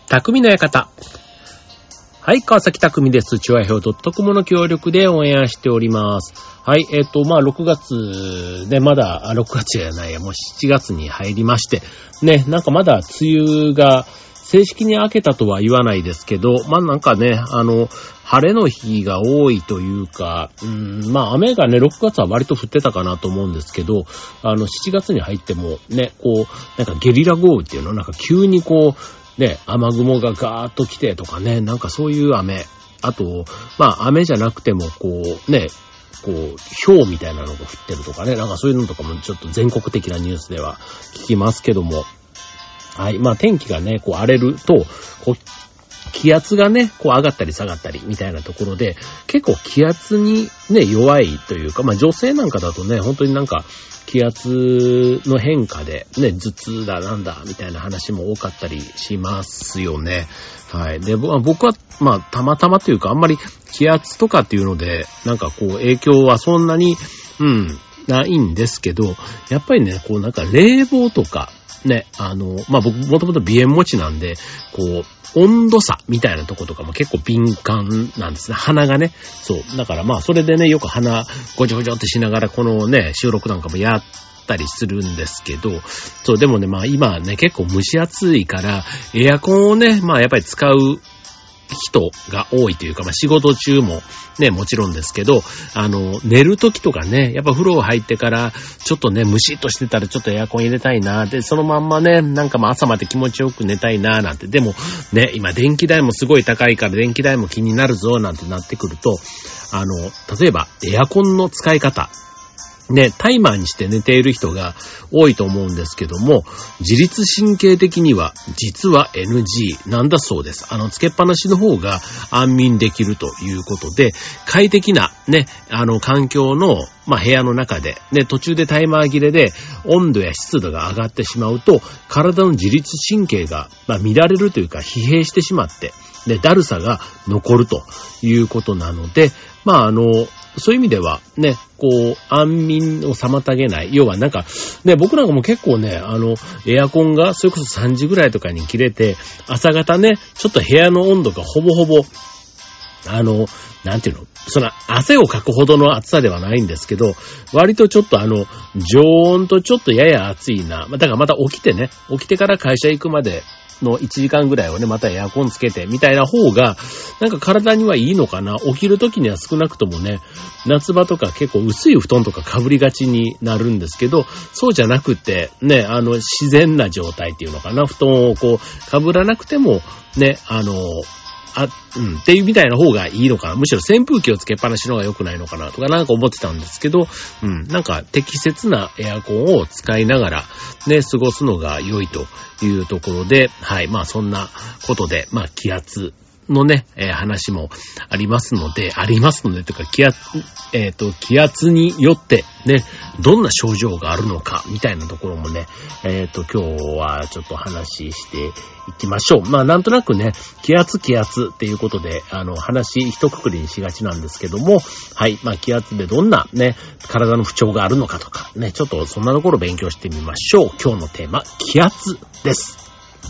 匠の館。はい、川崎匠です。チュアヘオ.comの協力でオンエアしております。はい、6月でまだ、6月じゃないや、もう7月に入りまして、ね、なんかまだ梅雨が正式に明けたとは言わないですけど、まあなんかね、晴れの日が多いというか、まあ雨がね、6月は割と降ってたかなと思うんですけど、7月に入ってもね、こう、なんかゲリラ豪雨っていうの、なんか急にこう、ね、雨雲がガーッと来てとかね、なんかそういう雨。あと、まあ雨じゃなくてもこう、ね、こう、氷みたいなのが降ってるとかね、なんかそういうのとかもちょっと全国的なニュースでは聞きますけども、はい。まあ天気がね、こう荒れると、こう、気圧がね、こう上がったり下がったりみたいなところで、結構気圧にね、弱いというか、まあ女性なんかだとね、本当になんか気圧の変化でね、頭痛だなんだみたいな話も多かったりしますよね。はい。で、僕は、まあたまたまというか、あんまり気圧とかっていうので、なんかこう影響はそんなに、ないんですけど、やっぱりね、こうなんか冷房とか、ね、まあ、僕、もともと鼻炎持ちなんで、こう、温度差みたいなとことかも結構敏感なんですね。鼻がね。そう。だからまあ、それでね、よく鼻、ごちょごちょってしながら、このね、収録なんかもやったりするんですけど、そう、でもね、まあ今ね、結構蒸し暑いから、エアコンをね、まあやっぱり使う人が多いというか、まあ仕事中もね、もちろんですけど、寝るときとかね、やっぱ風呂入ってから、ちょっとね、ムシッとしてたらちょっとエアコン入れたいな、で、そのまんまね、なんかまあ朝まで気持ちよく寝たいな、なんて、でもね、今電気代もすごい高いから電気代も気になるぞ、なんてなってくると、例えばエアコンの使い方、ね、タイマーにして寝ている人が多いと思うんですけども、自律神経的には実は NG なんだそうです。つけっぱなしの方が安眠できるということで、快適なね、環境の、まあ、部屋の中で、ね、途中でタイマー切れで温度や湿度が上がってしまうと、体の自律神経が、まあ、乱れるというか疲弊してしまって、で、だるさが残るということなので、まあ、そういう意味ではね、こう、安眠を妨げない。要はなんか、ね、僕なんかも結構ね、エアコンがそれこそ3時ぐらいとかに切れて、朝方ね、ちょっと部屋の温度がほぼほぼ、なんていうの、その汗をかくほどの暑さではないんですけど、割とちょっと常温とちょっとやや暑いな。だからまた起きてから会社行くまで、の1時間ぐらいをね、またエアコンつけてみたいな方が、なんか体にはいいのかな。起きるときには少なくともね、夏場とか結構薄い布団とか被りがちになるんですけど、そうじゃなくて、ね、自然な状態っていうのかな。布団をこう、被らなくても、ね、っていうみたいな方がいいのかな。むしろ扇風機をつけっぱなしの方が良くないのかなとかなんか思ってたんですけど、なんか適切なエアコンを使いながらね、過ごすのが良いというところで、はい、まあそんなことで、まあ気圧のね、話もありますのでとか気圧によってね、どんな症状があるのかみたいなところもね、今日はちょっと話していきましょう。まあなんとなくね、気圧っていうことで話一括りにしがちなんですけども、はい、まあ気圧でどんなね、体の不調があるのかとかね、ちょっとそんなところを勉強してみましょう。今日のテーマ、気圧です。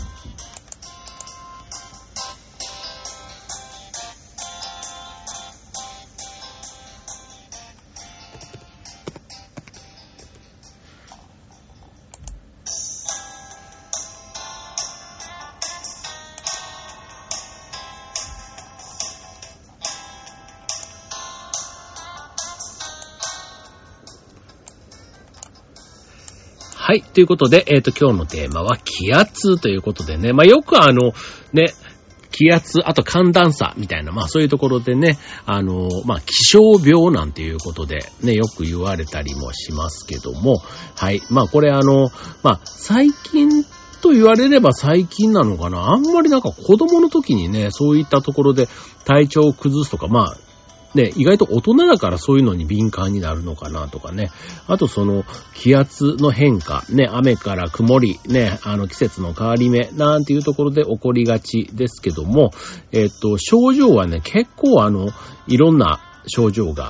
はい。ということで、今日のテーマは気圧ということでね。まあ、よくね、気圧、あと寒暖差みたいな、まあそういうところでね、まあ気象病なんていうことでね、よく言われたりもしますけども、はい。まあこれまあ最近と言われれば最近なのかな。あんまりなんか子供の時にね、そういったところで体調を崩すとか、まあ、ね、意外と大人だからそういうのに敏感になるのかなとかね。あとその気圧の変化、ね、雨から曇り、ね、季節の変わり目なんていうところで起こりがちですけども、症状はね、結構いろんな症状が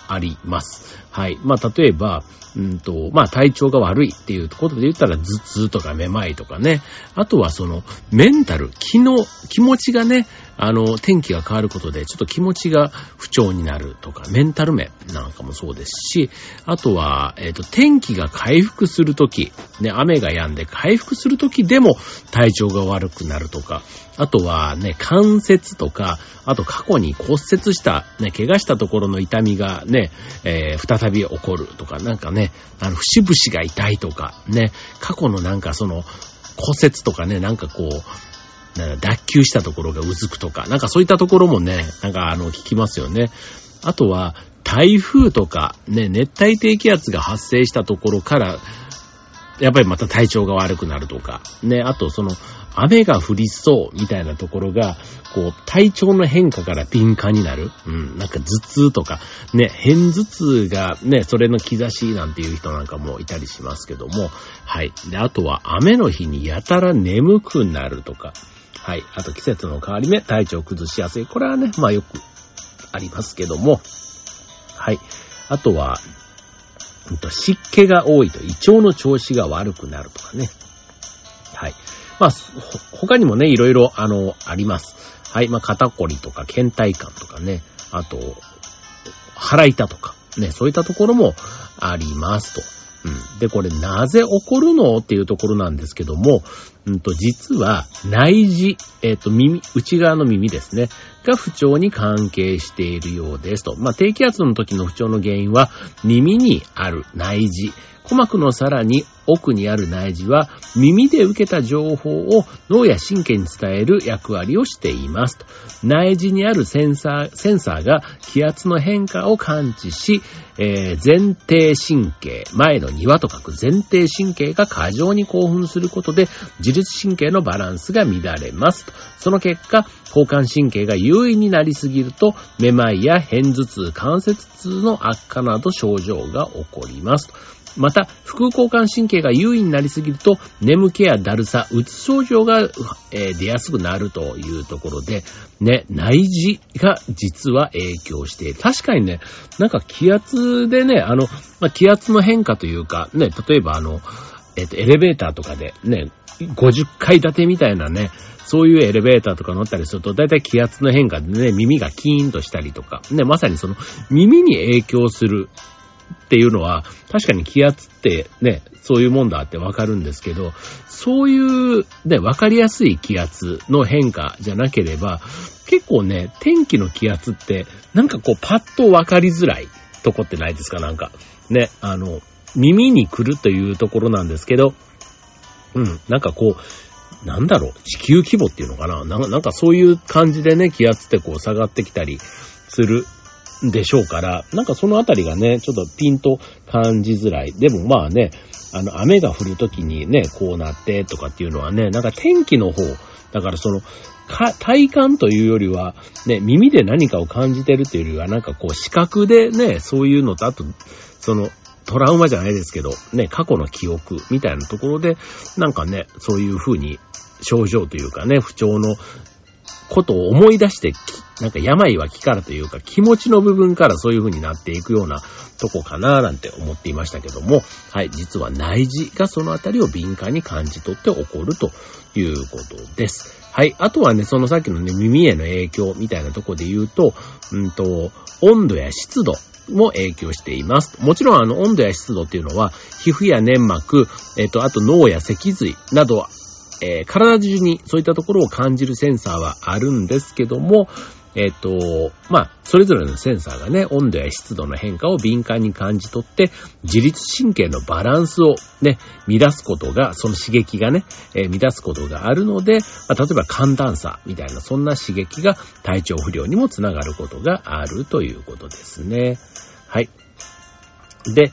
あります。はい。まあ、例えば、まあ、体調が悪いっていうことで言ったら、頭痛とかめまいとかね。あとはメンタル、気持ちがね、天気が変わることで、ちょっと気持ちが不調になるとか、メンタル面なんかもそうですし、あとは、天気が回復するとき、ね、雨が止んで回復するときでも体調が悪くなるとか、あとはね、関節とか、あと過去に骨折した、ね、怪我したところの痛みがね、再び起こるとか、なんかね、節々が痛いとか、ね、過去のなんか骨折とかね、なんかこう、脱臼したところがうずくとか、なんかそういったところもね、なんか聞きますよね。あとは、台風とか、ね、熱帯低気圧が発生したところから、やっぱりまた体調が悪くなるとか、ね、あと雨が降りそうみたいなところが、こう、体調の変化から敏感になる。なんか頭痛とか、ね、偏頭痛がね、それの兆しなんていう人なんかもいたりしますけども、はい。で、あとは雨の日にやたら眠くなるとか、はい。あと季節の変わり目、体調崩しやすい。これはね、まあよくありますけども、はい。あとは、湿気が多いと胃腸の調子が悪くなるとかね。はい。まあ、他にもね、いろいろ、あります。はい。まあ、肩こりとか、倦怠感とかね。あと、腹痛とか、ね、そういったところもありますと。で、これなぜ起こるのっていうところなんですけども、実は内耳、内側の耳ですね、が不調に関係しているようですと。まあ、低気圧の時の不調の原因は耳にある内耳。鼓膜のさらに奥にある内耳は耳で受けた情報を脳や神経に伝える役割をしていますと。内耳にあるセンサーが気圧の変化を感知し、前庭神経、前の庭と書く前庭神経が過剰に興奮することで自律神経のバランスが乱れますと。その結果、交感神経が優位になりすぎると、めまいや偏頭痛、関節痛の悪化など症状が起こりますと。また、副交感神経が優位になりすぎると、眠気やだるさ、うつ症状が、出やすくなるというところで、ね、内耳が実は影響している。確かにね、なんか気圧でね、気圧の変化というか、ね、例えばエレベーターとかでね、50階建てみたいなね、そういうエレベーターとか乗ったりすると、だいたい気圧の変化でね、耳がキーンとしたりとか、ね、まさに耳に影響するっていうのは、確かに気圧ってね、そういうもんだってわかるんですけど、そういうね、わかりやすい気圧の変化じゃなければ、結構ね、天気の気圧って、なんかこうパッとわかりづらいとこってないですか？なんか、ね、耳に来るというところなんですけど、なんかこう、なんだろう、地球規模っていうのかな？なんかそういう感じでね、気圧ってこう下がってきたりするでしょうから、なんかそのあたりがね、ちょっとピンと感じづらい。でもまあね、雨が降るときにね、こうなってとかっていうのはね、なんか天気の方、だから体感というよりは、ね、耳で何かを感じてるっていうよりは、なんかこう視覚でね、そういうのと、あと、トラウマじゃないですけど、ね、過去の記憶みたいなところで、なんかね、そういう風に症状というかね、不調のことを思い出して、なんか病は気からというか気持ちの部分からそういう風になっていくようなとこかななんて思っていましたけども、はい、実は内耳がそのあたりを敏感に感じ取って起こるということです。はい、あとはね、さっきのね、耳への影響みたいなところで言うと、温度や湿度も影響しています。もちろん温度や湿度っていうのは皮膚や粘膜、あと脳や脊髄など体中にそういったところを感じるセンサーはあるんですけども、それぞれのセンサーがね、温度や湿度の変化を敏感に感じ取って、自律神経のバランスをね、乱すことが、その刺激がね、乱すことがあるので、例えば寒暖差みたいな、そんな刺激が体調不良にもつながることがあるということですね。はい。で、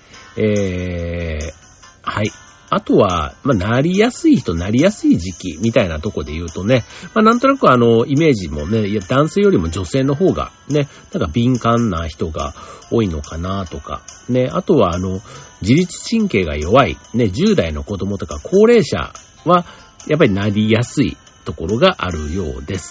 はい。あとは、なりやすい人、なりやすい時期みたいなとこで言うとね、なんとなくイメージもね、男性よりも女性の方がね、なんか敏感な人が多いのかなとか、ね、あとは自律神経が弱い、ね、10代の子供とか高齢者は、やっぱりなりやすいところがあるようです。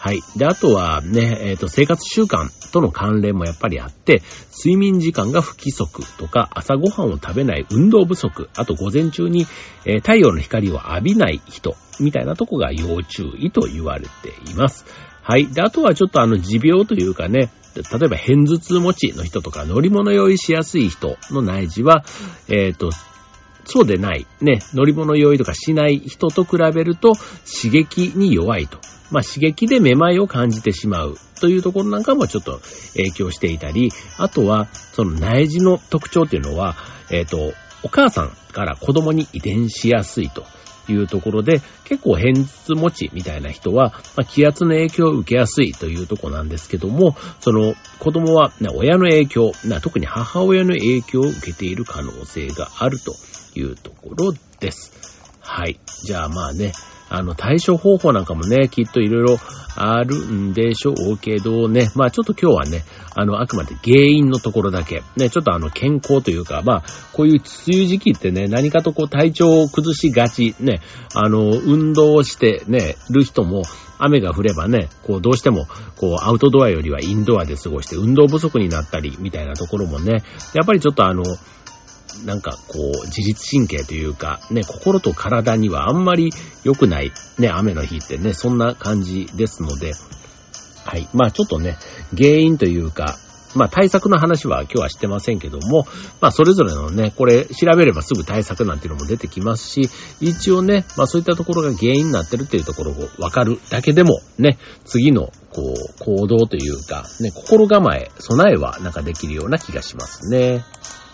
はい。で、あとはね、生活習慣との関連もやっぱりあって、睡眠時間が不規則とか、朝ごはんを食べない、運動不足、あと午前中に、太陽の光を浴びない人、みたいなとこが要注意と言われています。はい。で、あとはちょっと持病というかね、例えば片頭痛持ちの人とか乗り物酔いしやすい人の内耳は、そうでない、ね、乗り物酔いとかしない人と比べると刺激に弱いと。まあ刺激でめまいを感じてしまうというところなんかもちょっと影響していたり、あとはその内耳の特徴っていうのは、お母さんから子供に遺伝しやすいというところで、結構片頭痛持ちみたいな人は、気圧の影響を受けやすいというところなんですけども、その子供は、親の影響、特に母親の影響を受けている可能性があるというところです。はい。じゃあまあね、対処方法なんかもね、きっといろいろあるんでしょうけどね、まあちょっと今日はね、あくまで原因のところだけ、ね、ちょっと健康というか、まあ、こういう梅雨時期ってね、何かとこう体調を崩しがち、ね、運動をしてね、る人も、雨が降ればね、こうどうしても、こうアウトドアよりはインドアで過ごして運動不足になったり、みたいなところもね、やっぱりちょっとなんかこう自律神経というかね、心と体にはあんまり良くないね、雨の日ってね、そんな感じですので、はい。まあちょっとね、原因というか、まあ対策の話は今日はしてませんけども、まあそれぞれのね、これ調べればすぐ対策なんていうのも出てきますし、一応ね、まあそういったところが原因になってるっていうところを分かるだけでもね、次のこう行動というか、ね、心構え、備えはなんかできるような気がしますね。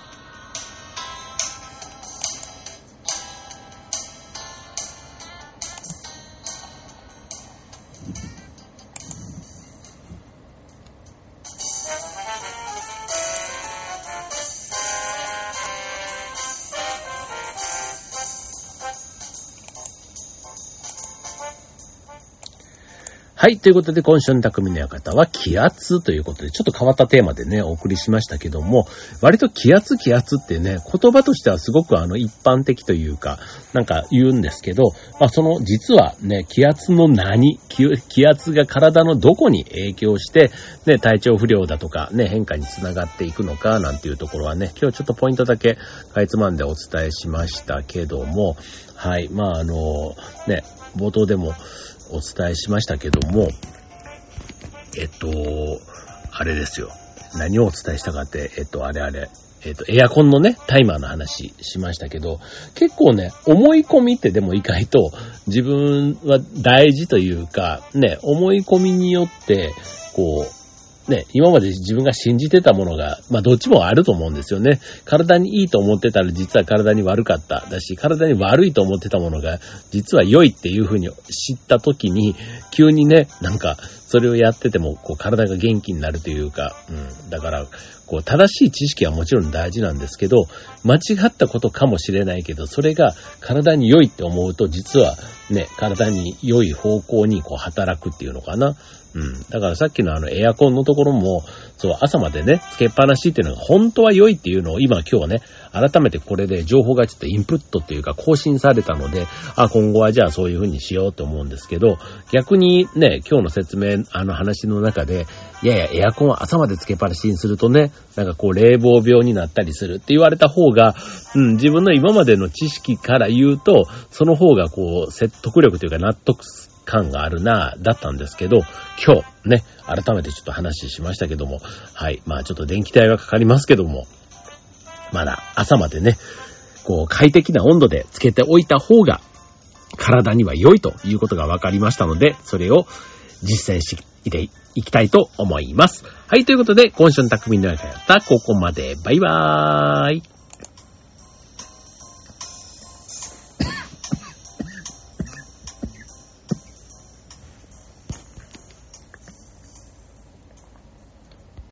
はい。ということで、今週の匠の館は気圧ということで、ちょっと変わったテーマでね、お送りしましたけども、割と気圧ってね、言葉としてはすごく一般的というか、なんか言うんですけど、まあその実はね、気圧の気圧が体のどこに影響して、ね、体調不良だとかね、変化につながっていくのか、なんていうところはね、今日ちょっとポイントだけかいつまんでお伝えしましたけども、はい。まあね、冒頭でも、お伝えしましたけども、あれですよ。何をお伝えしたかって、エアコンのね、タイマーの話しましたけど、結構ね、思い込みってでも意外と自分は大事というか、ね、思い込みによって、こう、ね、今まで自分が信じてたものが、まあどっちもあると思うんですよね。体にいいと思ってたら実は体に悪かっただし、体に悪いと思ってたものが実は良いっていう風に知った時に、急にね、なんかそれをやっててもこう体が元気になるというか、だからこう正しい知識はもちろん大事なんですけど、間違ったことかもしれないけど、それが体に良いって思うと実はね、体に良い方向にこう働くっていうのかな。だからさっきのエアコンのところも、そう、朝までね、つけっぱなしっていうのが本当は良いっていうのを今日ね、改めてこれで情報がちょっとインプットっていうか更新されたので、今後はじゃあそういう風にしようと思うんですけど、逆にね、今日の説明、話の中で、いやいや、エアコンは朝までつけっぱなしにするとね、なんかこう冷房病になったりするって言われた方が、自分の今までの知識から言うと、その方がこう説得力というか納得感があるな、だったんですけど、今日ね、改めてちょっと話しましたけども、はい、まあちょっと電気代はかかりますけども、まだ朝までね、こう快適な温度でつけておいた方が体には良いということが分かりましたので、それを実践していきたいと思います。はい、ということで今週の匠の館ここまで。バイバーイ。